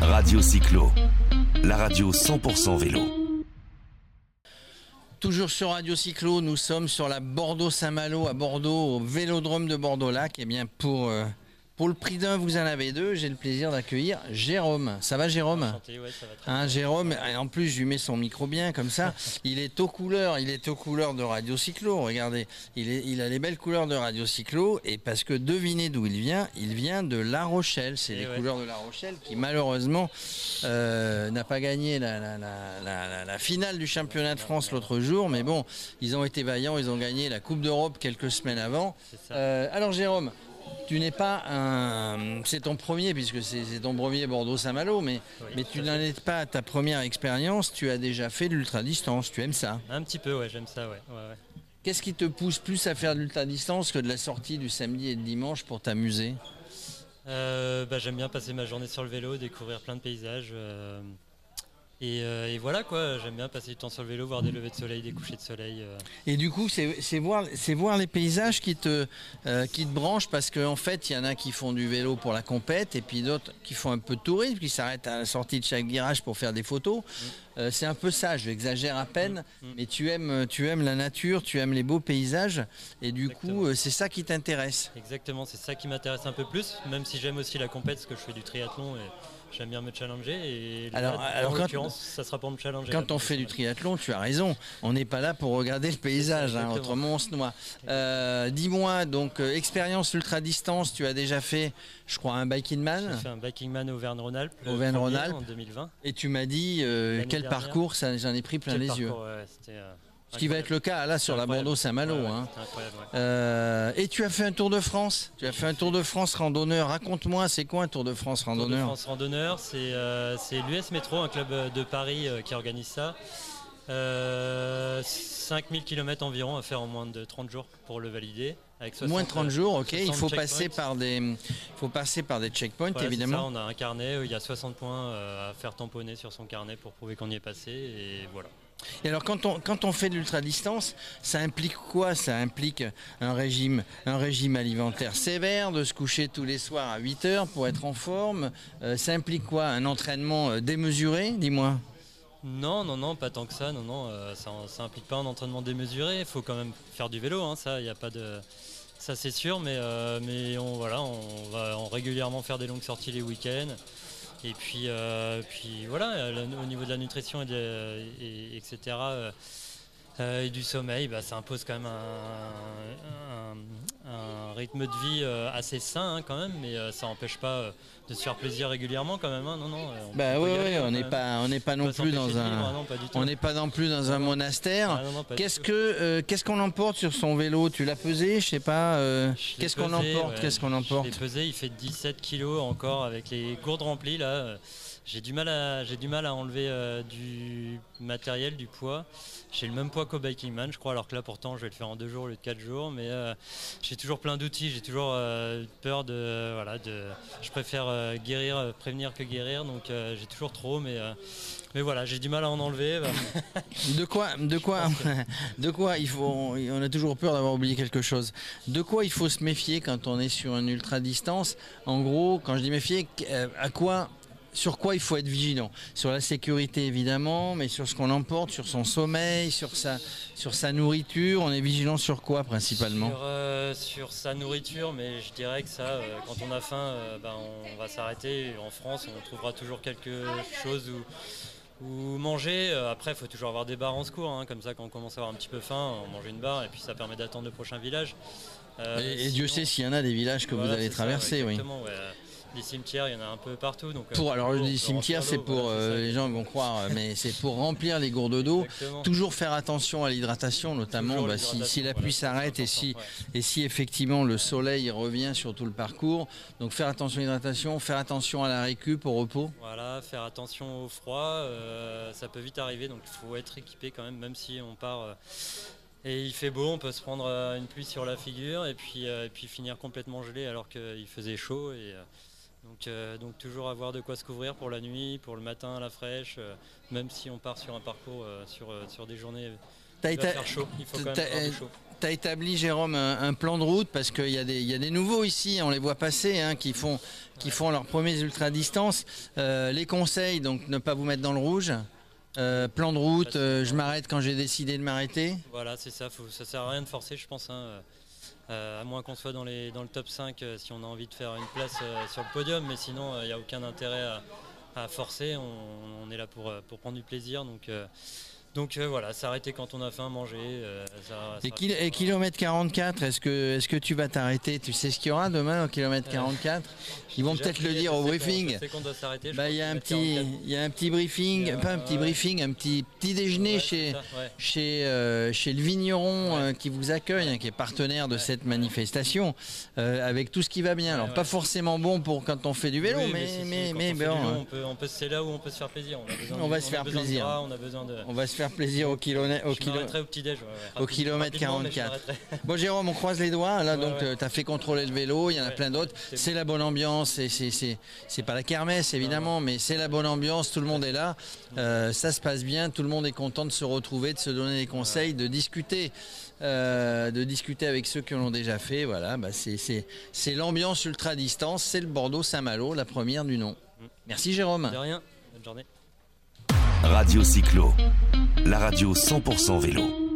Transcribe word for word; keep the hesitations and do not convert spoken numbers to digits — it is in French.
Radio Cyclo, la radio cent pour cent vélo. Toujours sur Radio Cyclo, nous sommes sur la Bordeaux-Saint-Malo à Bordeaux, au Vélodrome de Bordeaux-Lac. Et bien pour, euh, pour le prix d'un, vous en avez deux. J'ai le plaisir d'accueillir Jérôme. Ça va Jérôme? Enchanté, ouais, ça va très hein, bien. Jérôme, en plus je lui mets son micro bien comme ça. Il est aux couleurs, il est aux couleurs de Radio Cyclo. Regardez, il, est, il a les belles couleurs de Radio Cyclo. Et parce que devinez d'où il vient, il vient de La Rochelle. C'est les ouais. couleurs de La Rochelle qui malheureusement euh, n'a pas gagné la, la, la, la, la finale du championnat de France l'autre jour. Mais bon, ils ont été vaillants, ils ont gagné la Coupe d'Europe quelques semaines avant. Euh, alors Jérôme, tu n'es pas un... C'est ton premier, puisque c'est, c'est ton premier Bordeaux-Saint-Malo, mais, Oui, mais tu n'en es pas à ta première expérience, tu as déjà fait de l'ultra-distance, tu aimes ça? Un petit peu, ouais, j'aime ça, ouais. ouais, ouais. Qu'est-ce qui te pousse plus à faire de l'ultra-distance que de la sortie du samedi et du dimanche pour t'amuser? Euh, bah, j'aime bien passer ma journée sur le vélo, découvrir plein de paysages. Euh, et, euh, et voilà quoi, j'aime bien passer du temps sur le vélo, voir des levées de soleil, des couchers de soleil. Euh. Et du coup, c'est, c'est, voir, c'est voir les paysages qui te, euh, qui te branchent, parce qu'en fait, il y en a qui font du vélo pour la compète, et puis d'autres qui font un peu de tourisme, qui s'arrêtent à la sortie de chaque virage pour faire des photos. Mmh. Euh, c'est un peu ça, j'exagère à peine, mmh. mais tu aimes, tu aimes la nature, tu aimes les beaux paysages, et du Exactement. coup, euh, c'est ça qui t'intéresse. Exactement, c'est ça qui m'intéresse un peu plus, même si j'aime aussi la compète, parce que je fais du triathlon et j'aime bien me challenger. Et alors, là, alors en quand, l'occurrence, ça sera pour me challenger. Quand on fait du triathlon, tu as raison, on n'est pas là pour regarder le paysage, hein, autrement on se noie. Euh, dis-moi, donc, euh, expérience ultra-distance, tu as déjà fait, je crois, un Biking Man. J'ai fait un Biking Man Auvergne-Rhône-Alpes, Auvergne-Rhône-Alpes en deux mille vingt. Et tu m'as dit, euh, quel dernière. parcours, ça, j'en ai pris plein quel les parcours, yeux. Ouais, c'était, euh... Ce qui va être le cas là sur la Bordeaux-Saint-Malo. Ouais, ouais, hein. ouais. euh, et tu as fait un Tour de France. Tu as fait un Tour de France randonneur. Raconte-moi, c'est quoi un Tour de France randonneur? Tour de France randonneur, c'est, euh, c'est l'U S Métro, un club de Paris euh, qui organise ça. Euh, cinq mille kilomètres environ à faire en moins de trente jours pour le valider. Avec soixante, moins de trente jours, ok. Il faut checkpoints. passer par des, il faut passer par des checkpoints, voilà, évidemment. Ça, on a un carnet où il y a soixante points euh, à faire tamponner sur son carnet pour prouver qu'on y est passé, et voilà. Et alors quand on, quand on fait de l'ultra-distance, ça implique quoi? Ça implique un régime, un régime alimentaire sévère, de se coucher tous les soirs à huit heures pour être en forme. Euh, ça implique quoi? Un entraînement démesuré, dis-moi? Non, non, non, pas tant que ça. Non, non, euh, ça, ça implique pas un entraînement démesuré. Il faut quand même faire du vélo, hein, ça, il n'y a pas de... Ça c'est sûr, mais, euh, mais on, voilà, on va on régulièrement faire des longues sorties les week-ends. Et puis, euh, puis voilà, au niveau de la nutrition et, de, et etc. Euh, euh, et du sommeil, bah, ça impose quand même un, un, un rythme de vie euh, assez sain hein, quand même, mais euh, ça n'empêche pas euh, de se faire plaisir régulièrement quand même. Hein, non, non. On bah oui, oui, on n'est hein, pas, on n'est pas non plus dans un, vivre, non, pas on n'est pas non plus dans un monastère. Ah, non, non, qu'est-ce que, euh, qu'est-ce qu'on emporte sur son vélo? Tu l'as pesé? Je sais pas. Euh, je qu'est-ce qu'on emporte? Ouais, qu'est-ce qu'on emporte? Je l'ai pesé. Il fait dix-sept kilos encore avec les gourdes remplies là. J'ai du mal à, j'ai du mal à enlever euh, du matériel, du poids. J'ai le même poids qu'au Biking Man, je crois, alors que là pourtant je vais le faire en deux jours au lieu de quatre jours. Mais euh, j'ai toujours plein d'outils, j'ai toujours euh, peur de, euh, voilà, de. Je préfère euh, guérir, euh, prévenir que guérir, donc euh, j'ai toujours trop. Mais, euh, mais voilà, j'ai du mal à en enlever. Bah. de quoi, de quoi, que... de quoi il faut. On a toujours peur d'avoir oublié quelque chose. De quoi il faut se méfier quand on est sur une ultra distance? En gros, quand je dis méfier, à quoi? Sur quoi il faut être vigilant? Sur la sécurité évidemment, mais sur ce qu'on emporte, sur son sommeil, sur sa, sur sa nourriture. On est vigilant sur quoi principalement? Sur, euh, sur sa nourriture, mais je dirais que ça, euh, quand on a faim, euh, ben, on va s'arrêter. En France, on trouvera toujours quelque chose où, où manger. Après, il faut toujours avoir des bars en secours, hein, comme ça quand on commence à avoir un petit peu faim, on mange une barre et puis ça permet d'attendre le prochain village. Euh, et, et sinon, Dieu sait s'il y en a des villages que voilà, vous allez traverser, ça, ouais, oui. Ouais. Les cimetières, il y en a un peu partout. Donc, pour, euh, alors les cimetières, c'est pour, voilà, euh, les gens vont croire, mais c'est pour remplir les gourdes d'eau. Toujours faire attention à l'hydratation, notamment bah, si, si la pluie voilà, s'arrête et si, ouais. et si effectivement le soleil revient sur tout le parcours. Donc faire attention à l'hydratation, faire attention à la récup, au repos. Voilà, faire attention au froid, euh, ça peut vite arriver, donc il faut être équipé quand même, même si on part... Euh, Et il fait beau, on peut se prendre une pluie sur la figure et puis, euh, et puis finir complètement gelé alors qu'il faisait chaud. Et, euh, donc, euh, donc toujours avoir de quoi se couvrir pour la nuit, pour le matin à la fraîche, euh, même si on part sur un parcours euh, sur, euh, sur des journées T'as Il va éta- faire chaud, il faut quand même t'as- avoir du chaud. Tu as établi, Jérôme, un, un plan de route parce qu'il y, a des- il y a des nouveaux ici, on les voit passer, hein, qui, font, qui font leurs premiers ultra-distances. Euh, les conseils, donc ne pas vous mettre dans le rouge. Euh, plan de route, euh, je m'arrête quand j'ai décidé de m'arrêter. Voilà, c'est ça, faut, ça sert à rien de forcer, je pense. Hein, euh, à moins qu'on soit dans, les, dans le top cinq, euh, si on a envie de faire une place euh, sur le podium, mais sinon, il euh, n'y a aucun intérêt à, à forcer. On, on est là pour, pour prendre du plaisir. Donc, euh, Donc euh, voilà, s'arrêter quand on a faim, manger. Euh, ça, et, ça kil- et kilomètre quarante-quatre, est-ce que, est-ce que tu vas t'arrêter? Tu sais ce qu'il y aura demain au kilomètre quarante-quatre? Ils vont peut-être le dire au briefing. Bah, il y a un petit, il y a un petit briefing, a, pas un petit ouais. briefing, un petit petit déjeuner Ouais, chez ça, ouais. chez euh, chez le vigneron Ouais. euh, qui vous accueille, hein, qui est partenaire de Ouais. cette manifestation, euh, avec tout ce qui va bien. Alors Ouais, pas ouais. forcément bon pour quand on fait du vélo, Oui, mais si, si, mais quand mais on fait bon, du vélo, hein. on peut, on peut, c'est là où on peut se faire plaisir. On, a besoin On de- va se a faire besoin de plaisir. gras, on a besoin de. On va se faire plaisir au kilomètre au Je kilo- m'arrêterai au petit déj. Ouais, ouais. au Rapide- kilomètre rapidement, mais je quarante-quatre. m'arrêterai. Bon Jérôme, on croise les doigts. Là, Ouais, donc ouais. tu as fait contrôler le vélo, il y en a Ouais, plein d'autres. c'est C'est la bonne ambiance, c'est c'est c'est c'est pas la kermesse évidemment, mais c'est la bonne ambiance. Tout le monde est là, Euh, ça se passe bien, tout le monde est content de se retrouver, de se donner des conseils, de discuter, euh, de discuter avec ceux qui l'ont déjà fait. Voilà, bah, c'est c'est c'est l'ambiance ultra distance, c'est le Bordeaux-Saint-Malo, la première du nom. Merci Jérôme. De rien. Bonne journée. Radio Cyclo, la radio cent pour cent vélo.